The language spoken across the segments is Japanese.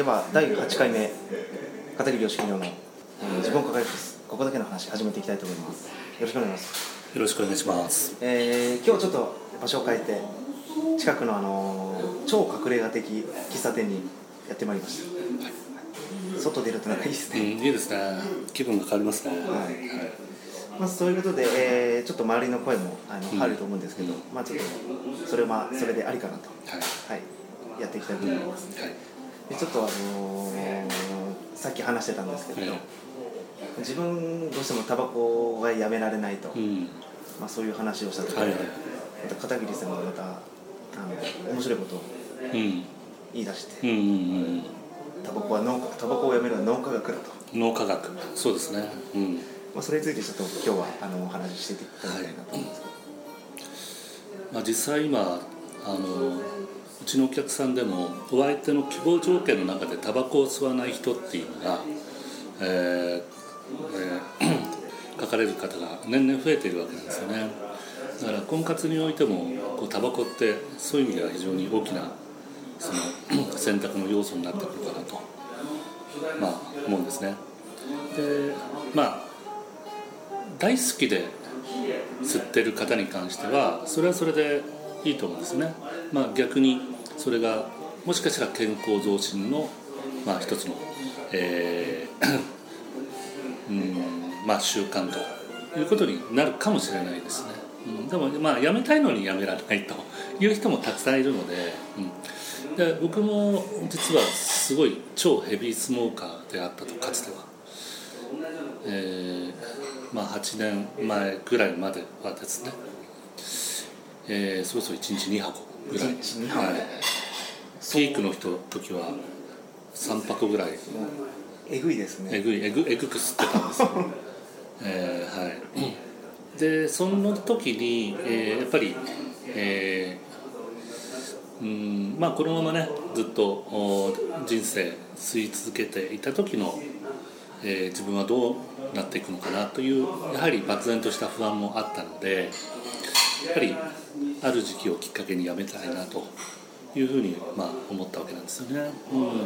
は第8回目片桐義弘の、自分を輝くここだけの話始めていきたいと思います。よろしくお願いします。 よろしくお願いします。 今日ちょっと場所を変えて近くの、超隠れ家的喫茶店にやってまいりました、はい、外出るとなんかいいですね、 いいですね。気分が変わりますね。 まずそういうことで、ちょっと周りの声も入ると思うんですけど、まあちょっとそれでありかなと、やっていきたいと思います、でちょっとさっき話してたんですけど、自分どうしてもタバコがやめられないと、そういう話をしたときに、また片桐さんがまた面白いことを言い出して、タバコをやめるのは脳科学だと。 脳科学、そうですね。 それについてちょっと今日はお話ししていただきたいなと思うんですけど、 実際今うちのお客さんでもお相手の希望条件の中でタバコを吸わない人っていうのが、書かれる方が年々増えているわけなんですよね。だから婚活においてもタバコってそういう意味では非常に大きなその選択の要素になってくるかなと、思うんですね。で大好きで吸ってる方に関してはそれはそれでいいと思うんですね。逆にそれがもしかしたら健康増進の、一つの、習慣ということになるかもしれないですね。でもやめたいのにやめられないという人もたくさんいるので、で僕も実はすごい超ヘビースモーカーであったと、かつては。8年前ぐらいまではですね、そろそろ1日2箱ぐらい、ピークの時は3箱ぐらいえぐいですね。 えぐく吸ってたんですよ、でその時に、やっぱり、このままねずっと人生吸い続けていた時の、自分はどうなっていくのかなというやはり漠然とした不安もあったので、やはりある時期をきっかけにやめたいなというふうに、思ったわけなんですよね。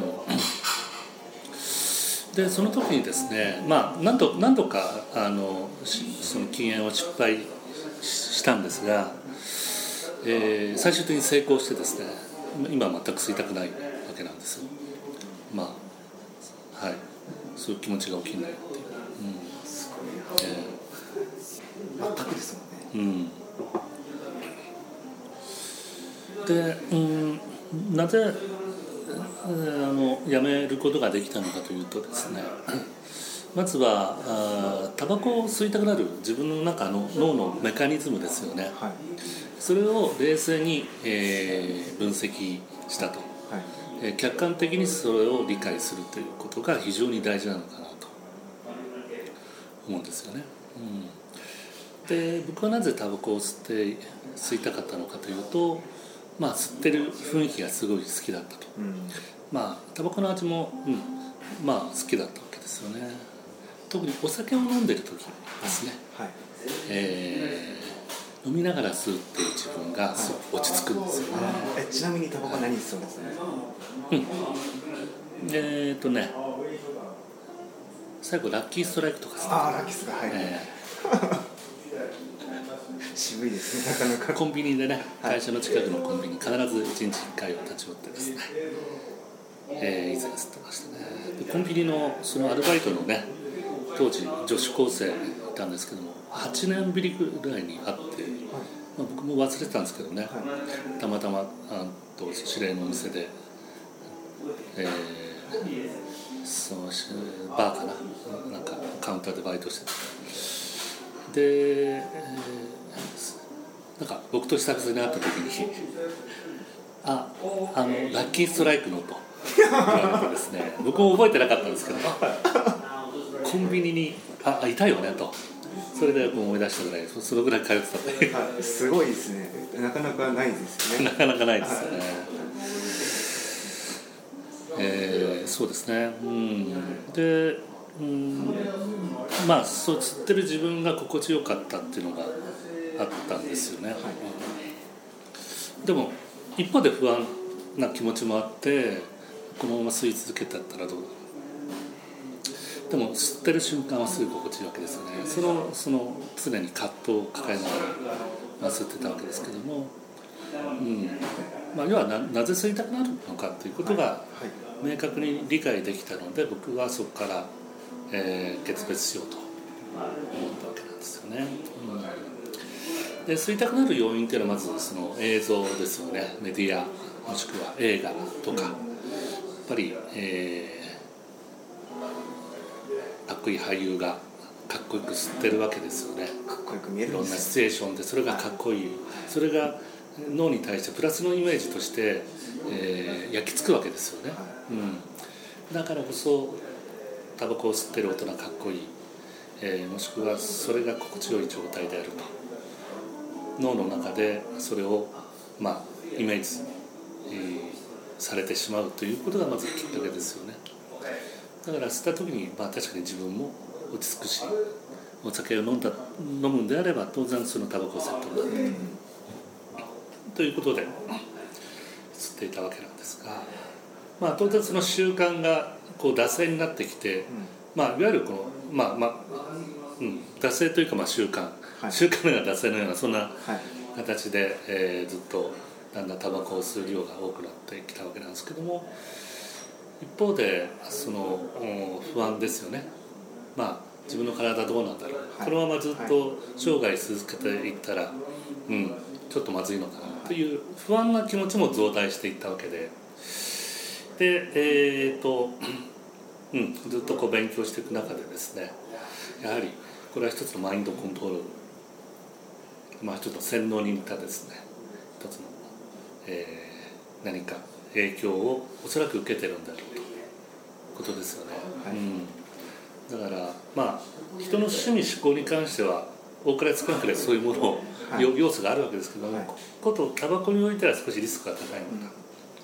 でその時にですね、何度かその禁煙を失敗したんですが、最終的に成功してですね、今は全く吸いたくないわけなんですよ。そういう気持ちが起きないっていう、 すごい、全くですもんね。 で、なぜやめることができたのかというとですね、まずはタバコを吸いたくなる自分の中の脳のメカニズムですよね、それを冷静に、分析したと、客観的にそれを理解するということが非常に大事なのかなと思うんですよね。で僕はなぜタバコを吸いたかったのかというと、吸ってる雰囲気がすごい好きだったと、タバコの味も、好きだったわけですよね。特にお酒を飲んでる時ですね、飲みながら吸うっていう自分がすごく落ち着くんですよね。 ちなみにタバコ何吸うんですね。 最後ラッキーストライクとか吸って、 ラッキーストライク、渋いですね、なかなか。 コンビニでね、会社の近くのコンビニ必ず1日1回は立ち寄ってですね、以前吸ってましたね。でコンビニのそのアルバイトのね、当時女子高生いたんですけども、8年ぶりぐらいに会って、僕も忘れてたんですけどね、たまたま知り合いのお店で、そのバーかな、なんかカウンターでバイトしてて、で、なんか僕と久々に会った時にラッキーストライクのと言われてですね、僕も覚えてなかったんですけど、コンビニにいたよねと、それで思い出したぐらい、そのぐらい通ってたっていう、 すごいですね。なかなかないですよね。 なかなかないですよね。そうですね。で、そう吸ってる自分が心地よかったっていうのがあったんですよね。でも一方で不安な気持ちもあって、 このまま吸い続けたったらどうだろう。でも吸ってる瞬間はすぐ心地いいわけですよね。その常に葛藤を抱えながら吸ってたわけですけども、要は なぜ吸いたくなるのかということが明確に理解できたので、僕はそこから、決別しようと思ったわけなんですよね。で吸いたくなる要因というのはまずその映像ですよね。メディアもしくは映画とか、やっぱり、かっこいい俳優がかっこよく吸ってるわけですよね。 かっこよく見えるんですよ。 いろんなシチュエーションでそれがかっこいい、それが脳に対してプラスのイメージとして、焼き付くわけですよね。だからこそタバコを吸ってる大人かっこいい、もしくはそれが心地よい状態であると、脳の中でそれを、イメージ、されてしまうということがまずきっかけですよね。だから吸った時に、確かに自分も落ち着くし、お酒を飲むんであれば当然そのタバコをセットになってということで吸っていたわけなんですが、当然その習慣がこう惰性になってきて、いわゆるこの惰性というか習慣、習慣が惰性のようなそんな形で、ずっとだんだんタバコを吸う量が多くなってきたわけなんですけども、一方でその不安ですよね。自分の体どうなんだろう、このままずっと生涯続けていったら、ちょっとまずいのかなという不安な気持ちも増大していったわけで、ずっとこう勉強していく中でですね、やはりこれは一つのマインドコントロール、ちょっと洗脳に似たですね、一つの、何か影響をおそらく受けてるんだろうということですよね。だから人の趣味思考に関しては多かれ少なかれそういうものを、要素があるわけですけども、ことタバコにおいては少しリスクが高いの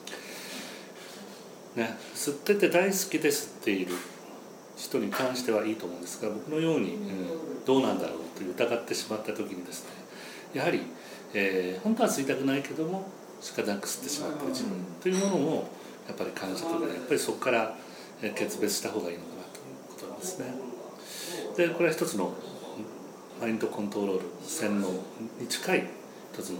だ、吸ってて大好きで吸っている人に関してはいいと思うんですが、僕のように、どうなんだろうと疑ってしまった時にですね、やはり、本当は吸いたくないけども仕方なく吸ってしまっている自分というものをやっぱり感じた時に、やっぱりそこから決別した方がいいのかなということなんですね。でこれは一つのマインドコントロール、洗脳に近い一つの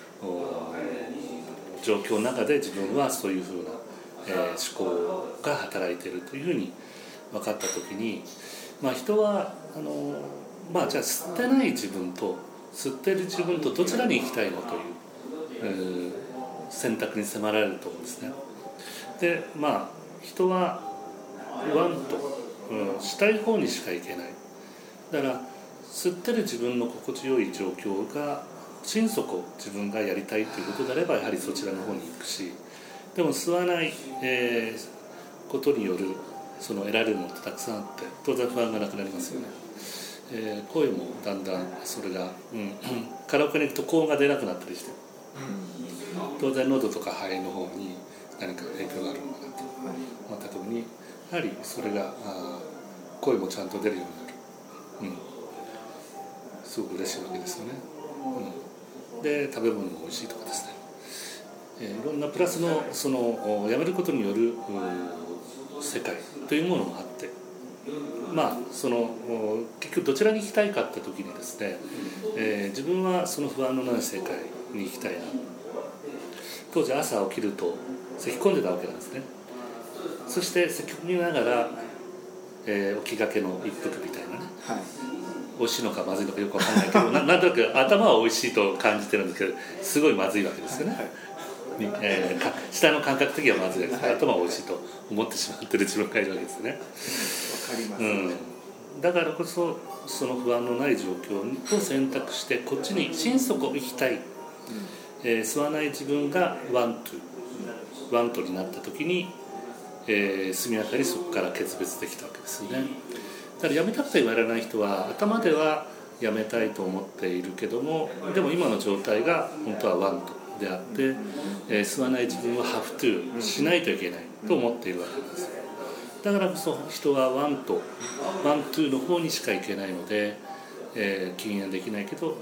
状況の中で自分はそういうふうな、思考が働いているというふうに分かった時に、人はじゃあ吸ってない自分と吸ってる自分とどちらに行きたいのという、選択に迫られると思うんですね。で人はワンと、したい方にしか行けない。だから吸ってる自分の心地よい状況が心底自分がやりたいということであればやはりそちらの方に行くし、でも吸わない、ことによるその得られるものってたくさんあって当然不安がなくなりますよね。声もだんだんそれが、カラオケに行くと高音が出なくなったりして、当然喉とか肺の方に何か影響があるのかなと思った時に、やはりそれが声もちゃんと出るようになる、すごく嬉しいわけですよね。で食べ物も美味しいとかですね、いろんなプラスのそのやめることによる世界というものもあって、その結局どちらに行きたいかって時にですね、自分はその不安のない世界に行きたいな。当時朝起きると咳き込んでたわけなんですね。そして咳き込みながら、起きがけの一服みたいなね、美味しいのかまずいのかよく分かんないけどなんとなく頭は美味しいと感じてるんですけど、すごいまずいわけですよね。舌の感覚的にはまずいですけど、頭は美味しいと思ってしまってる自分がいるわけですね。 わかります、 だからこそその不安のない状況を選択してこっちに心底行きたい、吸わない自分がワントになった時に、速やかにそこから決別できたわけですよね。だからやめたくて言われない人は頭ではやめたいと思っているけども、でも今の状態が本当はワントであって、吸わない自分はハフトゥーしないといけないと思っているわけです。だからこそ人はワントゥーの方にしか行けないので、禁煙できないけど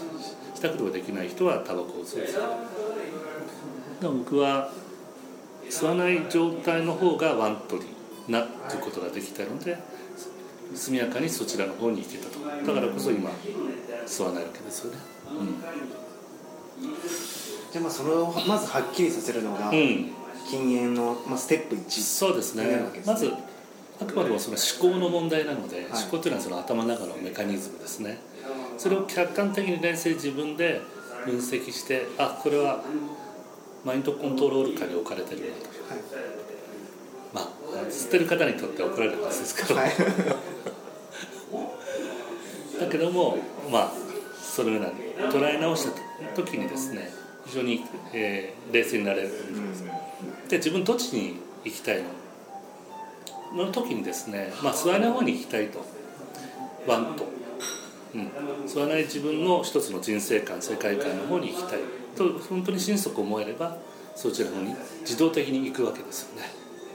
したことができない人はタバコを吸う。僕は吸わない状態の方がワントになっていくことができたので、速やかにそちらの方に行けたと。だからこそ今吸わないわけですよね。 じゃあそれをまずはっきりさせるのが、禁煙の、ステップ1。 そうですね。まずあくまでもその思考の問題なので、思考というのはその頭の中のメカニズムですね。それを客観的に冷静に自分で分析して、これはマインドコントロール下に置かれてるなと、吸ってる方にとっては怒られる話ですけど、だけどもそのような捉え直した時にですね、非常に、冷静になれる。で自分どっちに行きたいの時にですね、吸わない方に行きたいと、ワンと、吸わない自分の一つの人生観世界観の方に行きたいと本当に心底思えれば、そちらの方に自動的に行くわけですよね。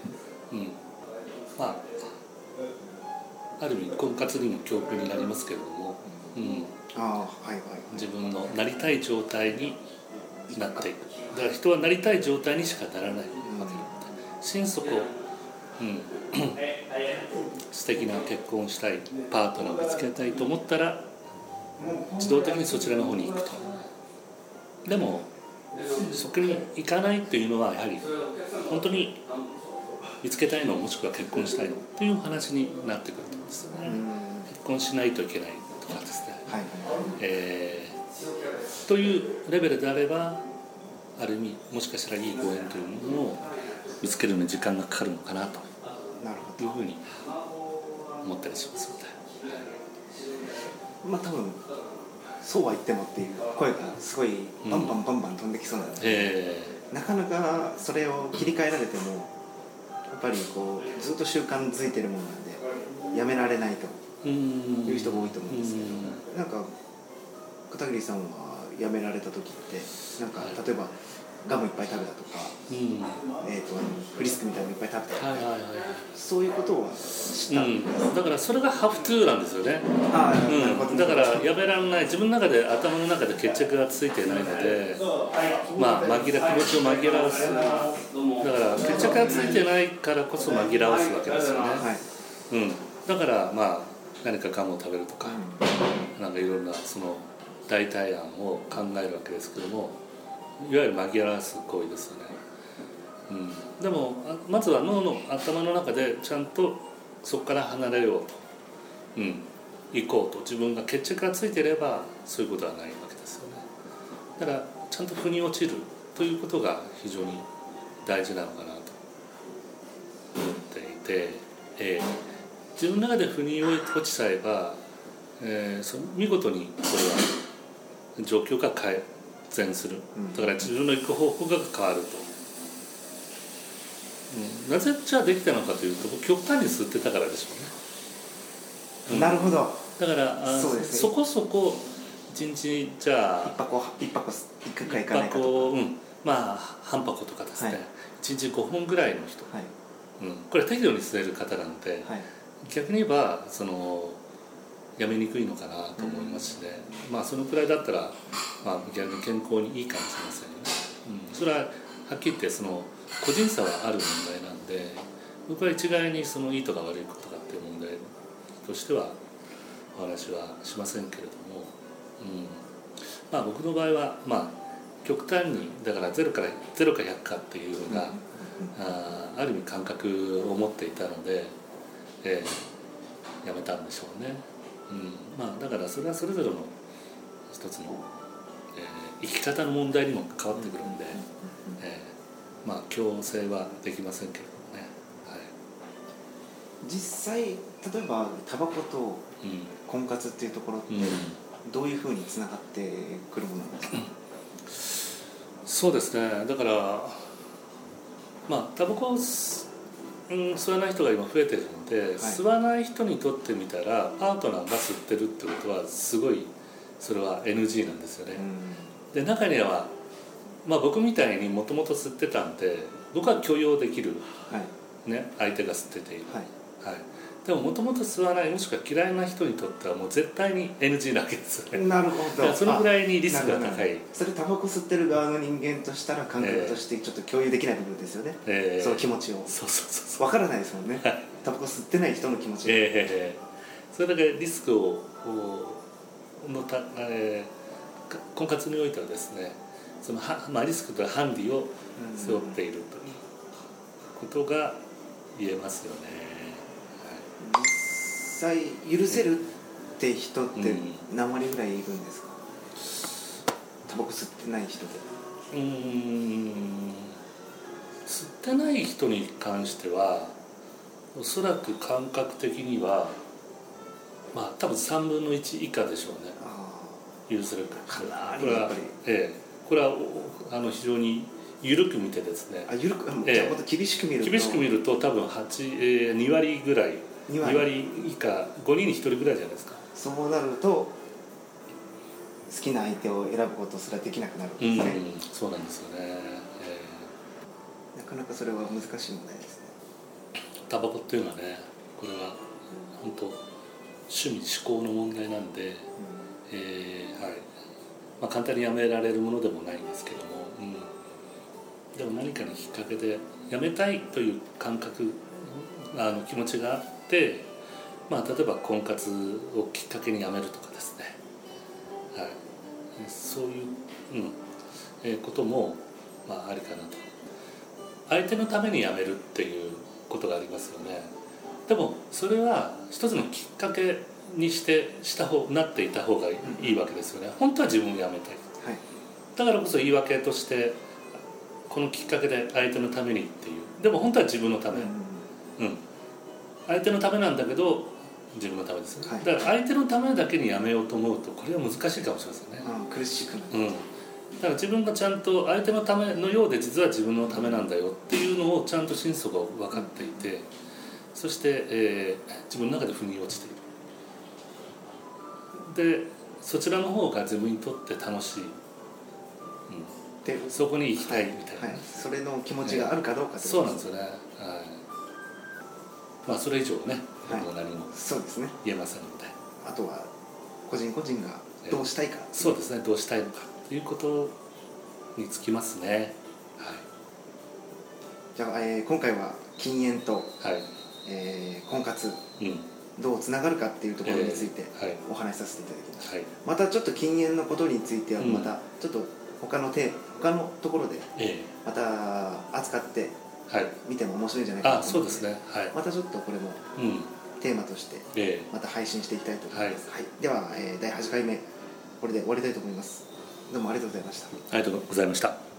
ある意味婚活にも教訓になりますけれども、自分のなりたい状態になっていく。だから人はなりたい状態にしかならないわけなので、心底、素敵な結婚したいパートナーを見つけたいと思ったら自動的にそちらの方に行くと。でもそこに行かないっていうのは、やはり本当に見つけたいの、もしくは結婚したいのっていう話になってくると思うんですよね。結婚しないといけないとかですね、というレベルであれば、ある意味もしかしたらいいご縁というものを見つけるのに時間がかかるのかなというふうに思ったりしますので、 多分そうは言ってもっていう声がすごいバンバン飛んできそうなので、なかなかそれを切り替えられてもやっぱりこうずっと習慣づいてるものなんでやめられないという人が多いと思うんですけど、なんか片桐さんはやめられた時ってなんか例えばガムいっぱい食べたとか、フリスクみたいなのいっぱい食べたとか、そういうことをしたんです、 だからそれがハフトゥーなんですよね。だからやめられない、自分の中で頭の中で決着がついていないので、気持ちを紛らわす。だから決着がついてないからこそ紛らわすわけですよね。だから何かガムを食べるとか、なんかいろんなその代替案を考えるわけですけども、いわゆる紛らわす行為ですよね。でもまずは脳の頭の中でちゃんとそこから離れようと、行こうと自分が決着がついていればそういうことはないわけですよね。だからちゃんと腑に落ちるということが非常に大事なのかなと思っていて、自分の中で腑に落ちさえば、見事にそれは状況が改善する。だから自分の行く方向が変わると。なぜじゃあできたのかというと、極端に吸ってたからでしょうね。 なるほど。 だからそこそこ一日じゃあ一箱行くか行かないかとか、 半箱とかですね、1日5本ぐらいの人、これ適度に吸える方なんで、逆に言えばやめにくいのかなと思いますしね。そのくらいだったら、逆に健康にいいかもしれませんよね。それははっきり言って個人差はある問題なんで、僕は一概にいいとか悪いことかっていう問題としてはお話はしませんけれども、僕の場合は極端にだから0か100かっていうような、ある意味感覚を持っていたので、やめたんでしょうね。だからそれはそれぞれの一つの、生き方の問題にも変わってくるんで、強制はできませんけれどもね。 実際例えばタバコと婚活っていうところってどういうふうにつながってくるものなんですか？ そうですね。だからタバコを吸わない人が今増えてるので、吸わない人にとってみたらパートナーが吸ってるってことはすごいそれは NG なんですよね。で中には僕みたいにもともと吸ってたんで僕は許容できる、相手が吸ってている、 でももともと吸わないもしくは嫌いな人にとってはもう絶対に NG なわけですよね。 なるほど。 そのぐらいにリスクが高い。 それタバコ吸ってる側の人間としたら感覚としてちょっと共有できない部分ですよね、その気持ちを。 そう分からないですもんねタバコ吸ってない人の気持ち、 それだけリスクを婚活においてはですね、そのリスクとハンディを背負っているということが言えますよね。 実際許せるって人って何割ぐらいいるんですか、タバコ吸ってない人で。 吸ってない人に関してはおそらく感覚的には多分3分の1以下でしょうね、許せるか。これは非常に緩く見てですね、 厳しく見ると多分2割ぐらい、2割以下、5人に1人ぐらいじゃないですか。 そうなると好きな相手を選ぶことすらできなくなるんですね。 そうなんですよね、 なかなかそれは難しい問題ですね。 タバコっていうのはね、これは本当趣味嗜好の問題なんで、簡単にやめられるものでもないんですけども、でも何かにきっかけでやめたいという感覚気持ちがあって、例えば婚活をきっかけにやめるとかですね、そういう、こともありかなと。相手のためにやめるっていうことがありますよね。でもそれは一つのきっかけになっていた方がいいわけですよね。本当は自分をやめたい、だからこそ言い訳としてこのきっかけで相手のためにっていう、でも本当は自分のため、相手のためなんだけど自分のためですよね、だから相手のためだけにやめようと思うとこれは難しいかもしれませんね、 苦しくなる、 だから自分がちゃんと相手のためのようで実は自分のためなんだよっていうのをちゃんと心底分かっていて、そして、自分の中で腑に落ちている。でそちらの方が自分にとって楽しい、でそこに行きたいみたいな、 それの気持ちがあるかどうかってそうなんですよね、それ以上ね僕も何も言えませんので、 あとは個人個人がどうしたいか、 そうですね、どうしたいのかということにつきますね。 じゃあ、今回は禁煙と、婚活、どうつながるかっていうところについてお話しさせていただきました、またちょっと禁煙のことについてはまたちょっと他のところでまた扱って見ても面白いんじゃないかなと思うので、またちょっとこれもテーマとしてまた配信していきたいと思います、では、第8回目これで終わりたいと思います。どうもありがとうございました。 ありがとうございました。